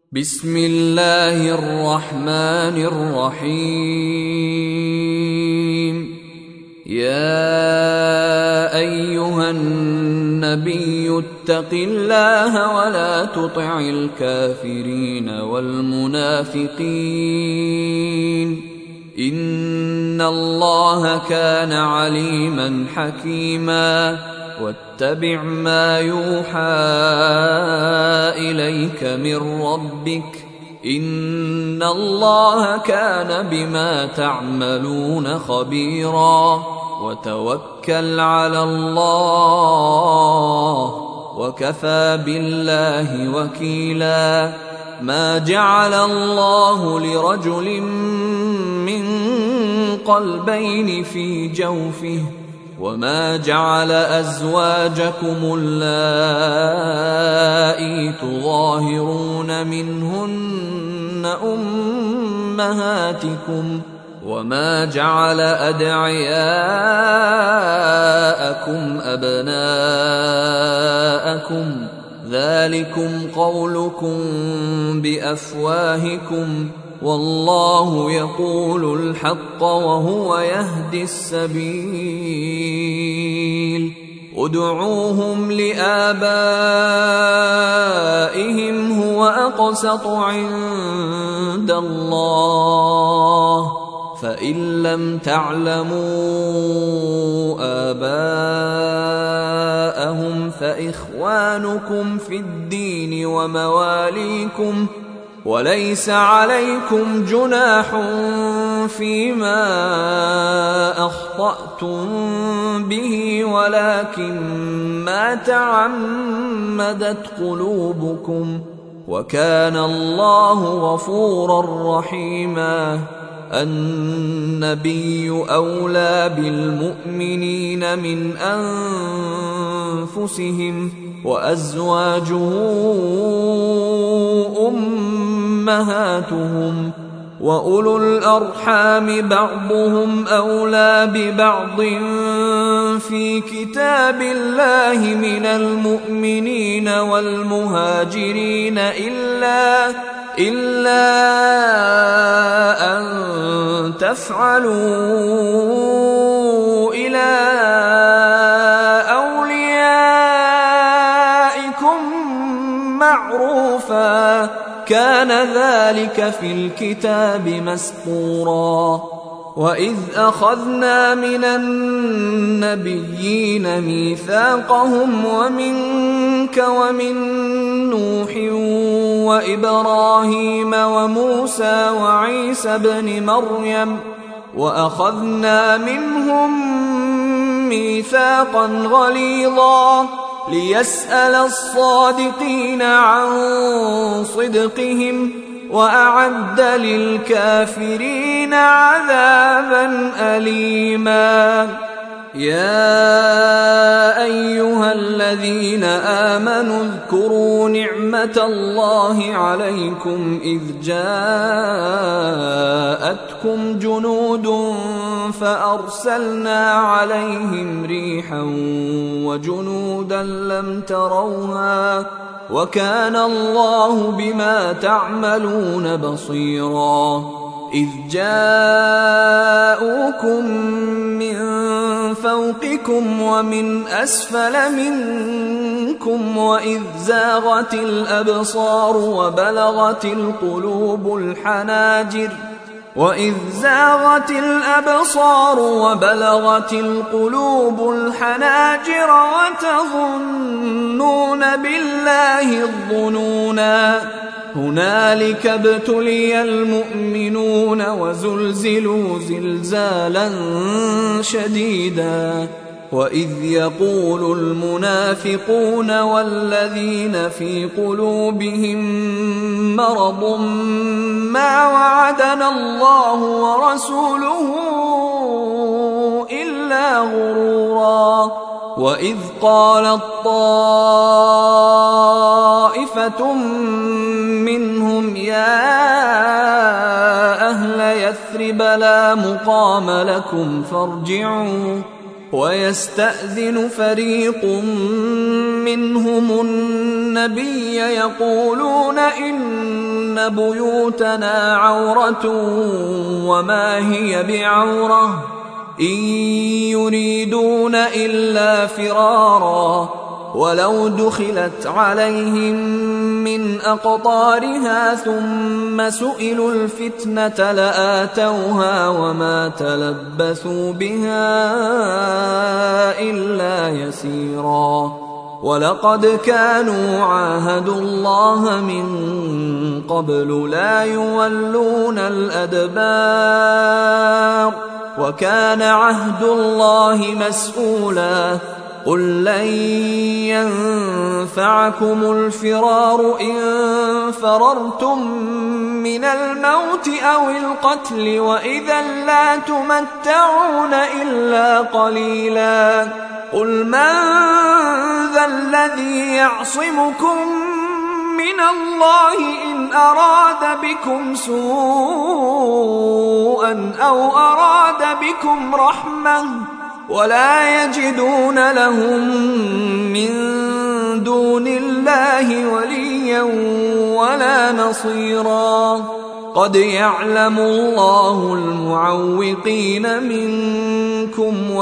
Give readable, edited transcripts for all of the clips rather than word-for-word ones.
بسم الله الرحمن الرحيم. يا أيها النبي اتق الله ولا تطع الكافرين والمنافقين إن الله كان عليما حكيما. واتبع ما يوحى إليك من ربك إن الله كان بما تعملون خبيرا. وتوكل على الله وكفى بالله وكيلا. ما جعل الله لرجل من قلبين في جوفه وما جعل أزواجكم اللائي تظاهرون منهن أمهاتكم وما جعل أدعياءكم أبناءكم ذلكم قولكم بأفواهكم والله يقول الحق وهو يهدي السبيل. ادعوهم لآبائهم هو أقسط عند الله فإن لم تعلموا آباءهم فإخوانكم في الدين ومواليكم وليس عليكم جناح فيما أخطأتم به ولكن ما تعمدت قلوبكم وكان الله غفورا رحيما. النبي أولى بالمؤمنين من أنفسهم وأزواجه أمهاتهم وأولو الأرحام بعضهم أولى ببعض في كتاب الله من المؤمنين والمهاجرين إلا أن تفعلوا إلى أوليائكم معروفا كان ذلك في الكتاب مسطورا. وإذ أخذنا من النبيين ميثاقهم ومنك ومن نوح وإبراهيم وموسى وعيسى ابن مريم وأخذنا منهم ميثاقا غليظا ليسأل الصادقين عن صدقهم وأعد للكافرين عذابا أليما. يا أيها الذين آمنوا اذكروا نعمة الله عليكم إذ جاءتكم جنود فأرسلنا عليهم ريحا وجنودا لم تروها وكان الله بما تعملون بصيرا. إذ جاءوكم من فوقكم ومن أسفل منكم وإذ زاغت الأبصار وبلغت القلوب الحناجر وتظنون بالله الظنونا. هنالك ابتلي المؤمنون وزلزلوا زلزالا شديدا. وإذ يقول المنافقون والذين في قلوبهم مرض ما وعدنا الله ورسوله إلا غرورا. وإذ قالت طائفة منهم يا أهل يثرب لا مقام لكم فارجعوا ويستأذن فريق منهم النبي يقولون إن إن بيوتنا عورة وما هي بعورة إن يريدون إلا فرارا ولو دخلت عليهم من أقطارها ثم سئلوا الفتنة لآتوها وما تلبثوا بها إلا يسيرا ولقد كانوا عاهدوا الله من قبل لا يولون الأدبار وكان عهد الله مسؤولا قل لن ينفعكم الفرار إن فررتم من الموت أو القتل وإذا لا تمتعون إلا قليلا قل من ذا الذي يعصمكم من الله إن أراد بكم سوءا أو أراد بكم رحمة ولا يجدون لهم من دون الله وليا ولا نصيرا قد يعلم الله المعوقين منكم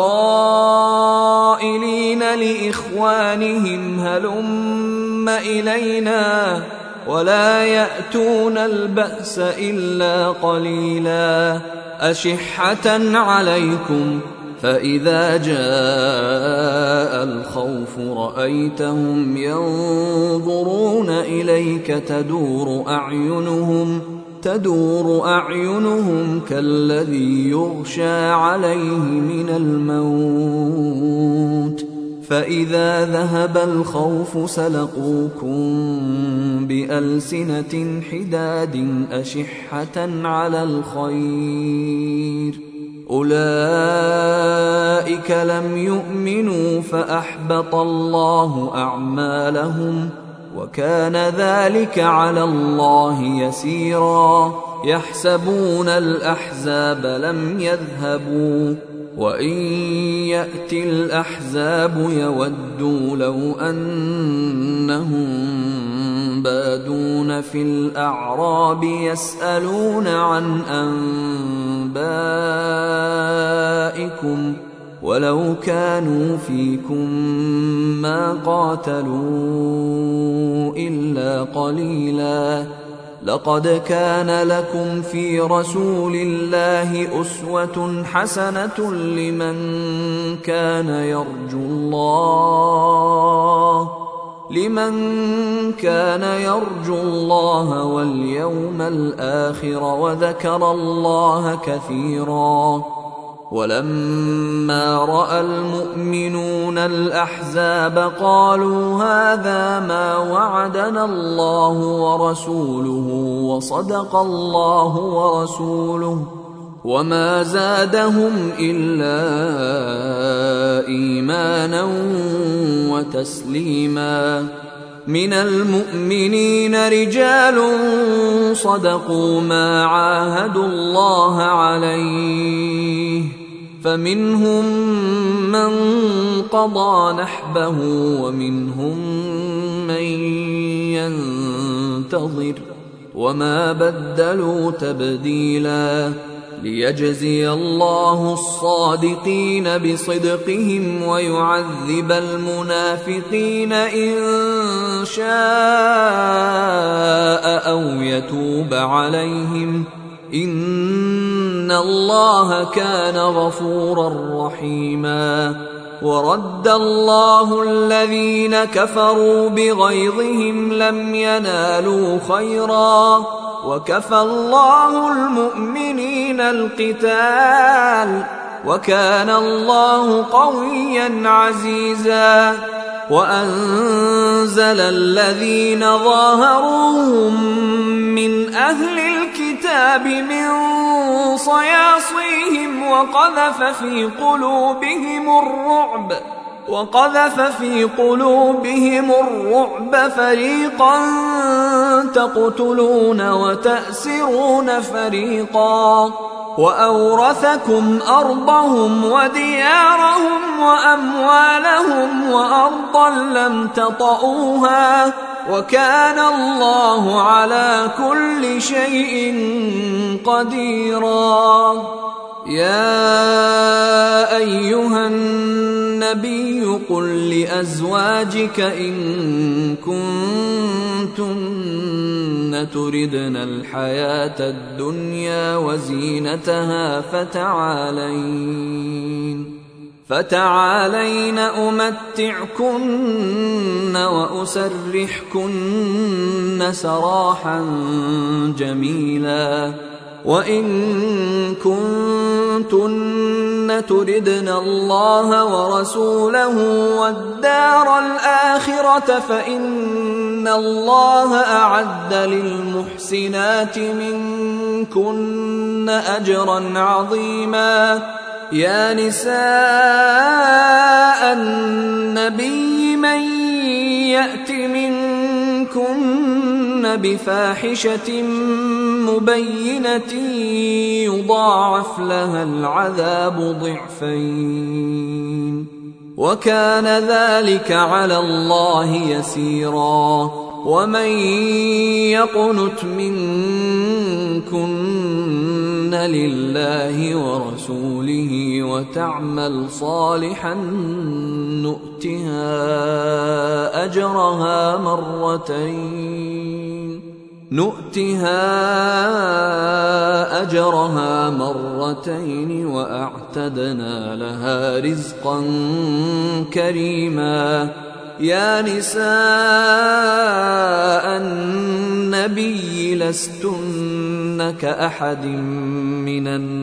والقائلين لإخوانهم هلم إلينا ولا يأتون البأس إلا قليلا أشحة عليكم فإذا جاء الخوف رأيتهم ينظرون إليك تدور أعينهم كالذي يغشى عليه من الموت فإذا ذهب الخوف سلقوكم بألسنة حداد أشحة على الخير أولئك لم يؤمنوا فأحبط الله أعمالهم وكان ذلك على الله يسيرا يحسبون الأحزاب لم يذهبوا وإن يأتي الأحزاب يودوا لو أنهم بادون في الأعراب يسألون عن أنبائكم ولو كانوا فيكم ما قاتلوا إلا قليلا لقد كان لكم في رسول الله أسوة حسنة لمن كان يرجو الله واليوم الآخر وذكر الله كثيرا ولما رأى المؤمنون الأحزاب قالوا هذا ما وعدنا الله ورسوله وصدق الله ورسوله وما زادهم إلا إيمانا وتسليما من المؤمنين رجال صدقوا ما عاهدوا الله عليه فمنهم من قضى نحبه ومنهم من ينتظر وما بدلوا تبديلا ليجزي الله الصادقين بصدقهم ويعذب المنافقين إن شاء أو يتوب عليهم إن الله كان غفورا رحيما ورد الله الذين كفروا بغيظهم لم ينالوا خيرا وكفى الله المؤمنين القتال وكان الله قويا عزيزا وأنزل الذين ظاهروهم من أهل الكتاب من صياصيهم وقذف في قلوبهم الرعب فريقا تقتلون وتأسرون فريقا وأورثكم أرضهم وديارهم وأموالهم وأرضا لم تطئوها وكان الله على كل شيء قديرا. يا أيها النبي قل لأزواجك إن كنتن تردن الحياة الدنيا وزينتها فتعالين أمتعكن وأسرحكن سراحا جميلا. وإن كنتن تردن الله ورسوله والدار الآخرة فإن الله أعد للمحسنات منكن أجرا عظيما. يا نساء النبي من يأت منكن بفاحشة مبينة يضاعف لها العذاب ضعفين وكان ذلك على الله يسيرا. ومن يقنت منكن لله ورسوله وتعمل صالحا نؤتها أجرها مرتين وأعتدنا لها رزقا كريما. يا نساء النبي لستن كأحد من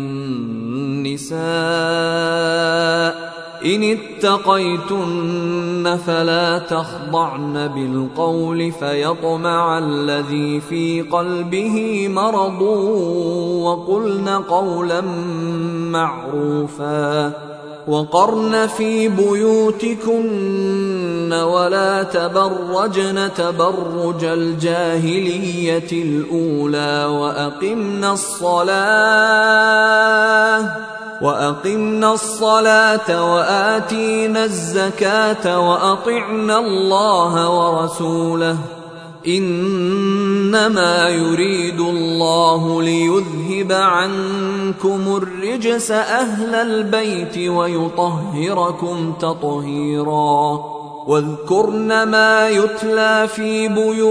النساء إن اتقيتن فلا تخضعن بالقول فيطمع الذي في قلبه مرض وقلن قولا معروفا. وقرن في بيوتكن ولا تبرجن تبرج الجاهلية الأولى وأقمنا الصلاة وآتينا الزكاة وأطعنا الله ورسوله إنما يريد الله ليذهب عنكم الرجس أهل البيت ويطهركم تطهيرا. واذكرن ما يتلى في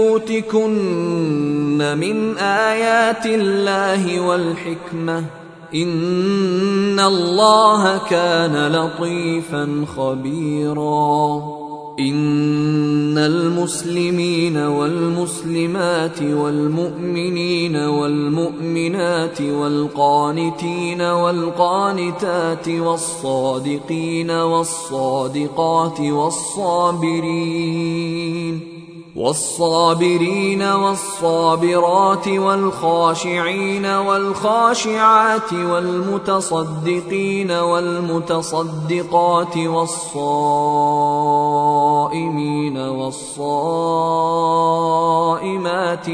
بيوتكن من آيات الله والحكمة إن الله كان لطيفا خبيرا. إن المسلمين والمسلمات والمؤمنين والمؤمنات والقانتين والقانتات والصادقين والصادقات والصابرين والصابرات والخاشعين والخاشعات والمتصدقين والمتصدقات والصائمين والصائمات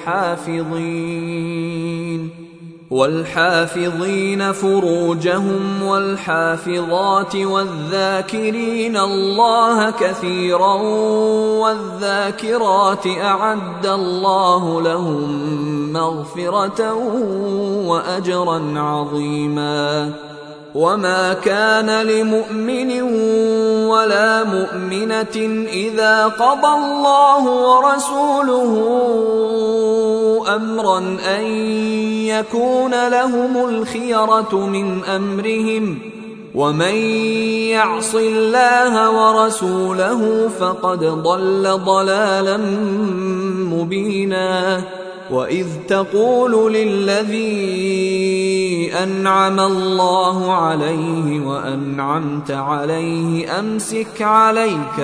والحافظين فروجهم والحافظات والذاكرين الله كثيرا والذاكرات أعد الله لهم مغفرة وأجرا عظيما. وما كان لمؤمن ولا مؤمنة إذا قضى الله ورسوله أمرا أن يكون لهم الخيرة من أمرهم ومن يعص الله ورسوله فقد ضل ضلالا مبينا. وإذ تقول للذي أنعم الله عليه وأنعمت عليه أمسك عليك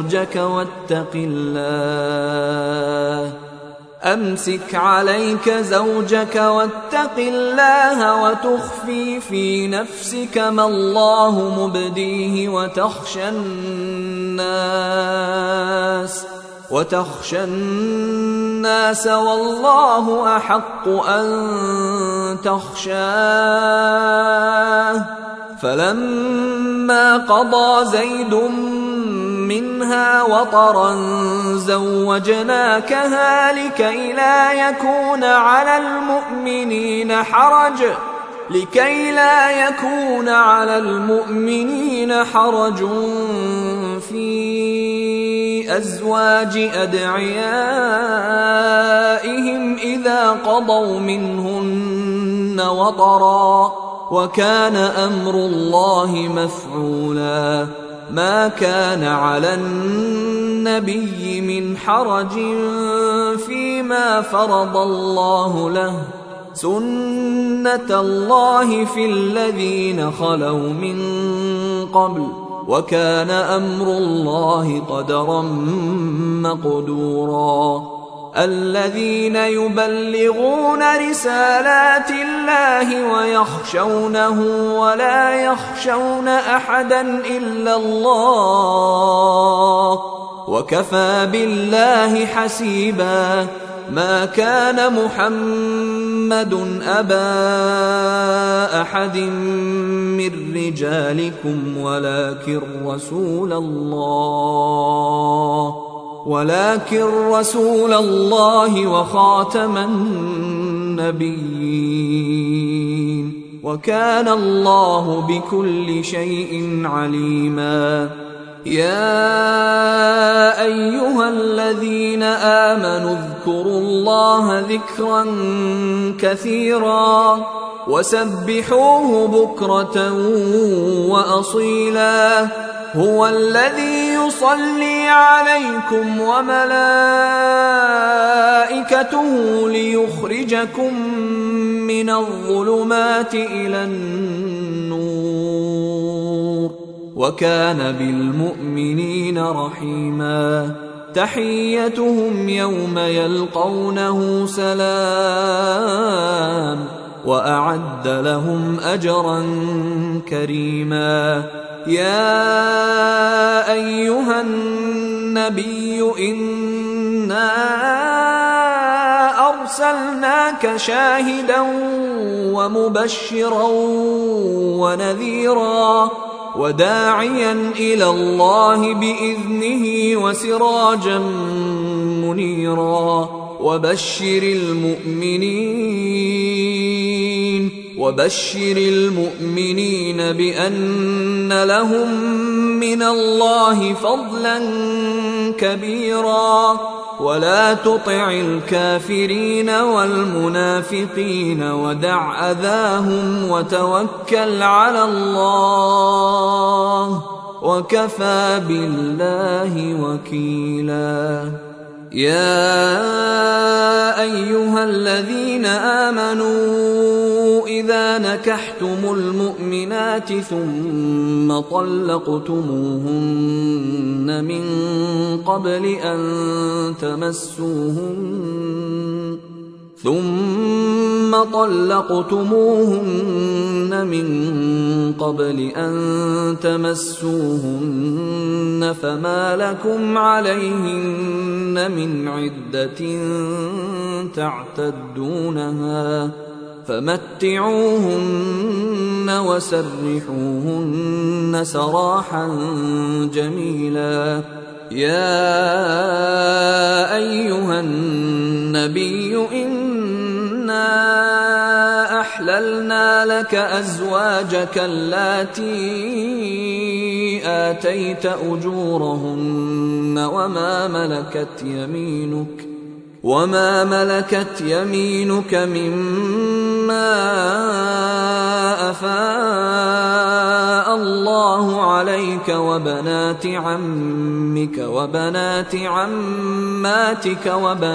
زوجك واتق الله وتخفي في نفسك ما الله مبديه وتخشى الناس والله أحق أن تخشاه. فلما قضى زيد منها وطرا زوجناكها لكي لا يكون على المؤمنين حرج في أزواج أدعيائهم إذا قضوا منهن وطرا، وكان أمر الله مفعولا. ما كان على النبي من حرج فيما فرض الله له، سنة الله في الذين خلوا من قبل، وكان أمر الله قدرا مقدورا. الذين يبلغون رسالات الله ويخشونه ولا يخشون أحدا إلا الله، وكفى بالله حسيبا. ما كان محمد أبا أحد من رجالكم ولكن رسول الله وخاتم النبيين، وكان الله بكل شيء عليما. يا أيها الذين آمنوا اذكروا الله ذكرا كثيرا وسبحوه بكرة وأصيلا. هو الذي يصلي عليكم وملائكته ليخرجكم من الظلمات إلى النور، وكان بالمؤمنين رحيما. تحيتهم يوم يلقونه سلام، وأعد لهم أجرا كريما. يا أيها النبي إنا أرسلناك شاهدا ومبشرا ونذيرا وداعيا إلى الله بإذنه وسراجا منيرا. وبشر المؤمنين بأن لهم من الله فضلا كبيرا. ولا تطع الكافرين والمنافقين ودع أذاهم وتوكل على الله، وكفى بالله وكيلا. يا أيها الذين آمنوا إذا نكحتم المؤمنات ثم طلقتموهن من قبل أن تمسوهن فما لكم عليهن من عدة تعتدونها، فمتعوهن وسرحوهن سراحا جميلا. يا أيها النبي إنا أحللنا لك أزواجك اللاتي آتيت أجورهن وما ملكت يمينك مما أفاء الله عليك، وبنات عمك وبنات عماتك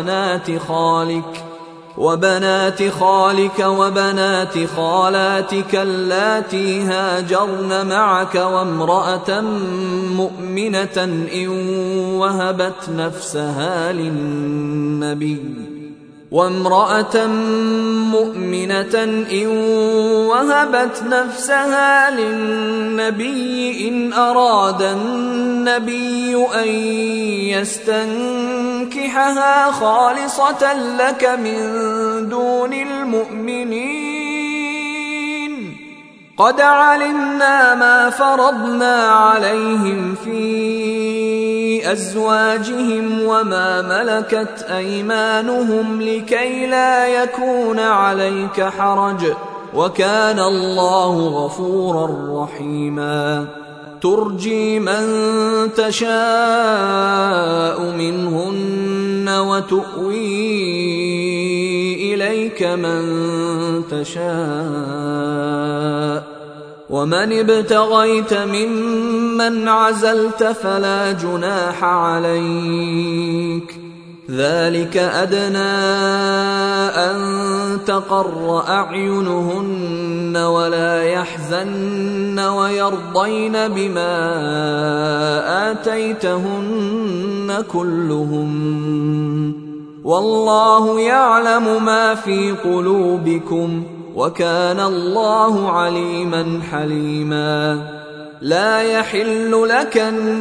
وبنات خالك وبنات خالاتك اللاتي هاجرن معك، وامرأة مؤمنة إن وهبت نفسها للنبي إن أراد النبي أن يستنكحها خالصة لك من دون المؤمنين. قد علمنا ما فرضنا عليهم في أزواجهم وما ملكت أيمانهم لكي لا يكون عليك حرج، وكان الله غفورا رحيما. ترجي من تشاء منهن وتؤوي إليك من تشاء، ومن ابتغيت ممن عزلت فلا جناح عليك، ذلك أدنى أن تقر أعينهن ولا يحزن ويرضين بما آتيتهن كلهم، والله يعلم ما في قلوبكم، وكان الله عليما حليما. لا يحل لك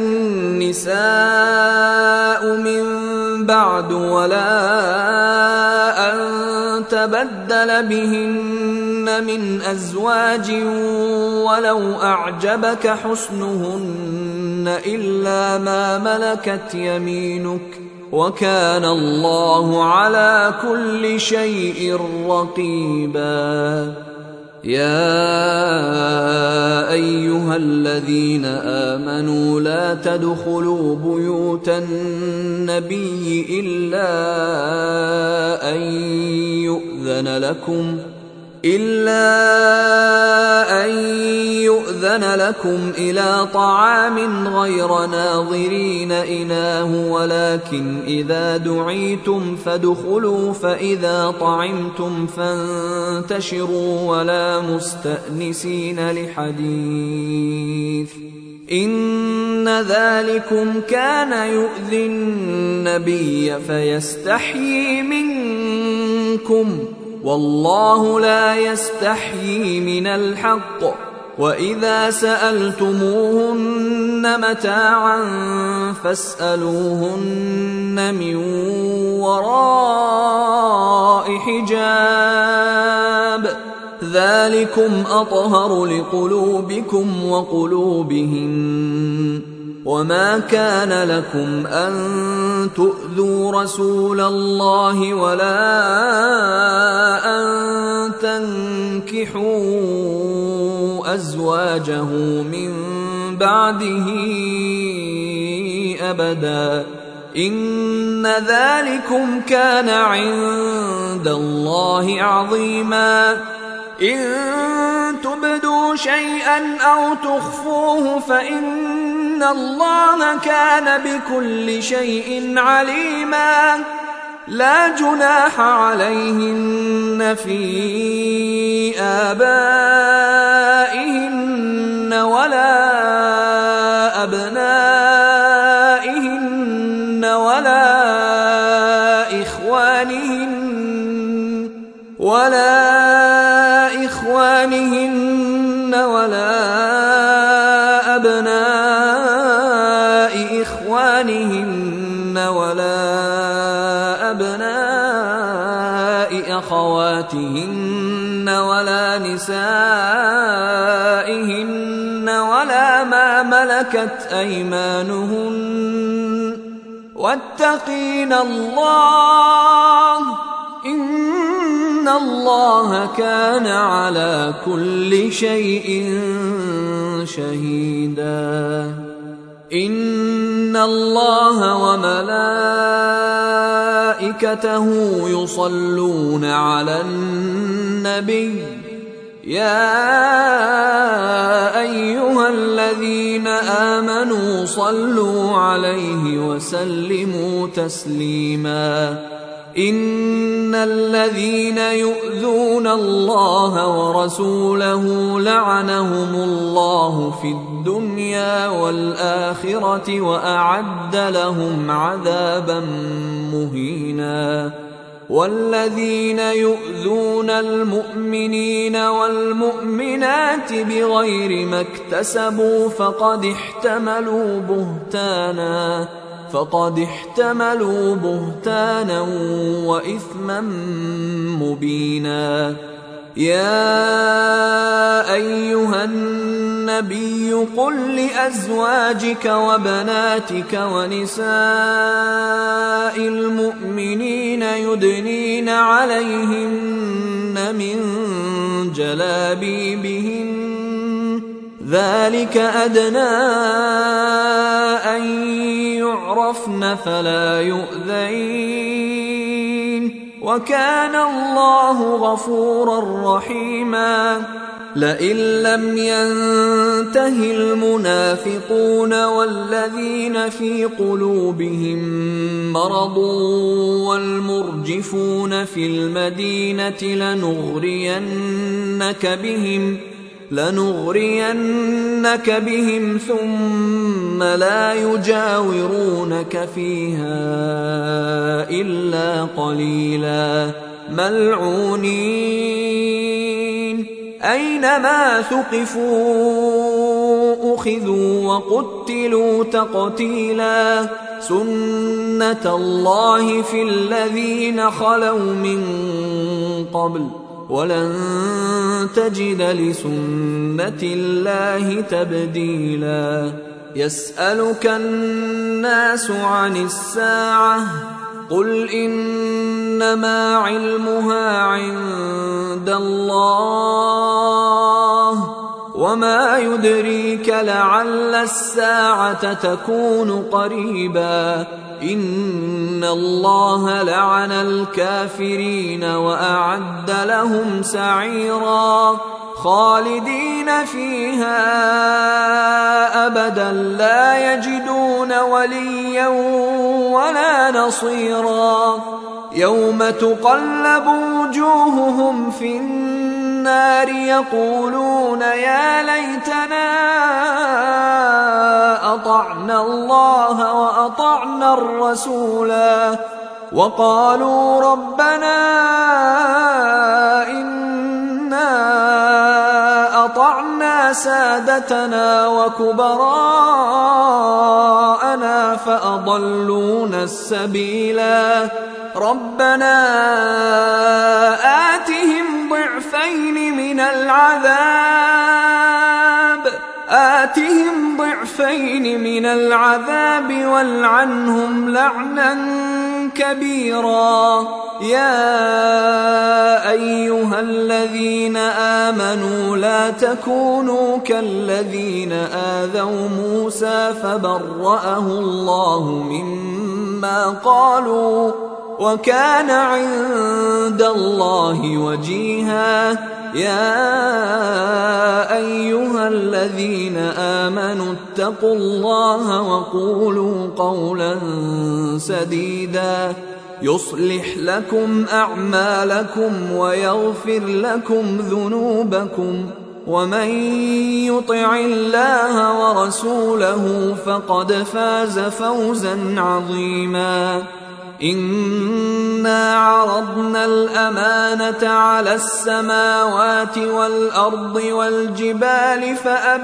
النساء من بعد ولا أن تبدل بهن من أزواج ولو أعجبك حسنهن إلا ما ملكت يمينك، وكان الله على كل شيء رقيبا. يا أيها الذين آمنوا لا تدخلوا بيوت النبي إلا أن يؤذن لكم إلى طعام غير ناظرين إناه، ولكن إذا دعيتم فادخلوا، فإذا طعمتم فانتشروا ولا مستأنسين لحديث، إن ذلكم كان يؤذي النبي فيستحيي منكم، والله لا يستحيي من الحق. وإذا سألتموهن متاعا فاسألوهن من وراء حجاب، ذلكم أطهر لقلوبكم وقلوبهن. وما كان لكم أن تؤذوا رسول الله ولا أن تنكحوا أزواجه من بعده أبدا، إن ذلكم كان عند الله عظيما. إن تبدوا شيئا أو تخفوه فإن الله كان بكل شيء عليما. لا جناح عليهن في آبائهن ولا أبنائهن ولا إخوانهن ولا أبناء إخوانهن ولا أبناء أخواتهن ولا نسائهن ولا ما ملكت أيمانهن، واتقين الله، إن الله كان على كل شيء شهيدا. إن الله وملائكته يصلون على النبي، يا أيها الذين آمنوا صلوا عليه وسلموا تسليما. إن الذين يؤذون الله ورسوله لعنهم الله في الدنيا والآخرة وأعد لهم عذابا مهينا. والذين يؤذون المؤمنين والمؤمنات بغير ما اكتسبوا فقد احتملوا بهتانا وإثما مبينا. يا أيها النبي قل لأزواجك وبناتك ونساء المؤمنين يدنين عليهن من جلابيبهن ذلك أدنى أن يعرفن فلا يؤذين وكان الله غفورا رحيما لئن لم ينته المنافقون والذين في قلوبهم مرض والمرجفون في المدينة لنغرينك بهم ثم لا يجاورونك فيها إلا قليلا ملعونين أينما ثقفوا أخذوا وقتلوا تقتيلا سنة الله في الذين خلوا من قبل ولن تجد لسنة الله تبديلا يسألك الناس عن الساعة قل إنما علمها عند الله وما يدريك لعل الساعة تكون قريبا إن الله لعن الكافرين وأعد لهم سعيرا خالدين فيها أبدا لا يجدون وليا ولا نصيرا يوم تقلب وجوههم في النار يقولون يا ليتنا أطعنا الله وأطعنا الرسولا وقالوا ربنا إنا أطعنا سادتنا وكبراءنا فأضلونا السبيلا ربنا آتهم ضعفين من العذاب والعنهم لعنا كبيرا يا أيها الذين آمنوا لا تكونوا كالذين آذوا موسى فبرأه الله مما قالوا وكان عند الله وجيها يا أيها الذين آمنوا اتقوا الله وقولوا قولا سديدا يصلح لكم أعمالكم ويغفر لكم ذنوبكم ومن يطع الله ورسوله فقد فاز فوزا عظيما إنا عرضنا الأمانة على السماوات والأرض والجبال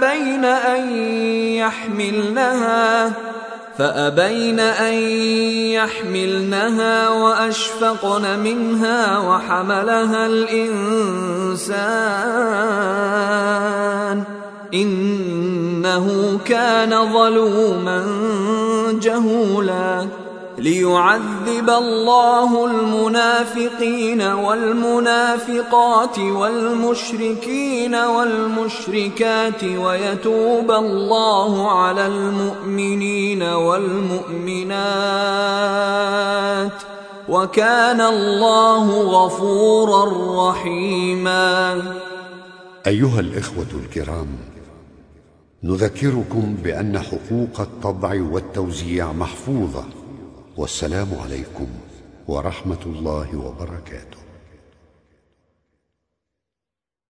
فأبين أن يحملنها وأشفقن منها وحملها الإنسان إنه كان ظلوما جهولا ليعذب الله المنافقين والمنافقات والمشركين والمشركات ويتوب الله على المؤمنين والمؤمنات وكان الله غفورا رحيما. أيها الإخوة الكرام، نذكركم بأن حقوق الطبع والتوزيع محفوظة، والسلام عليكم ورحمة الله وبركاته.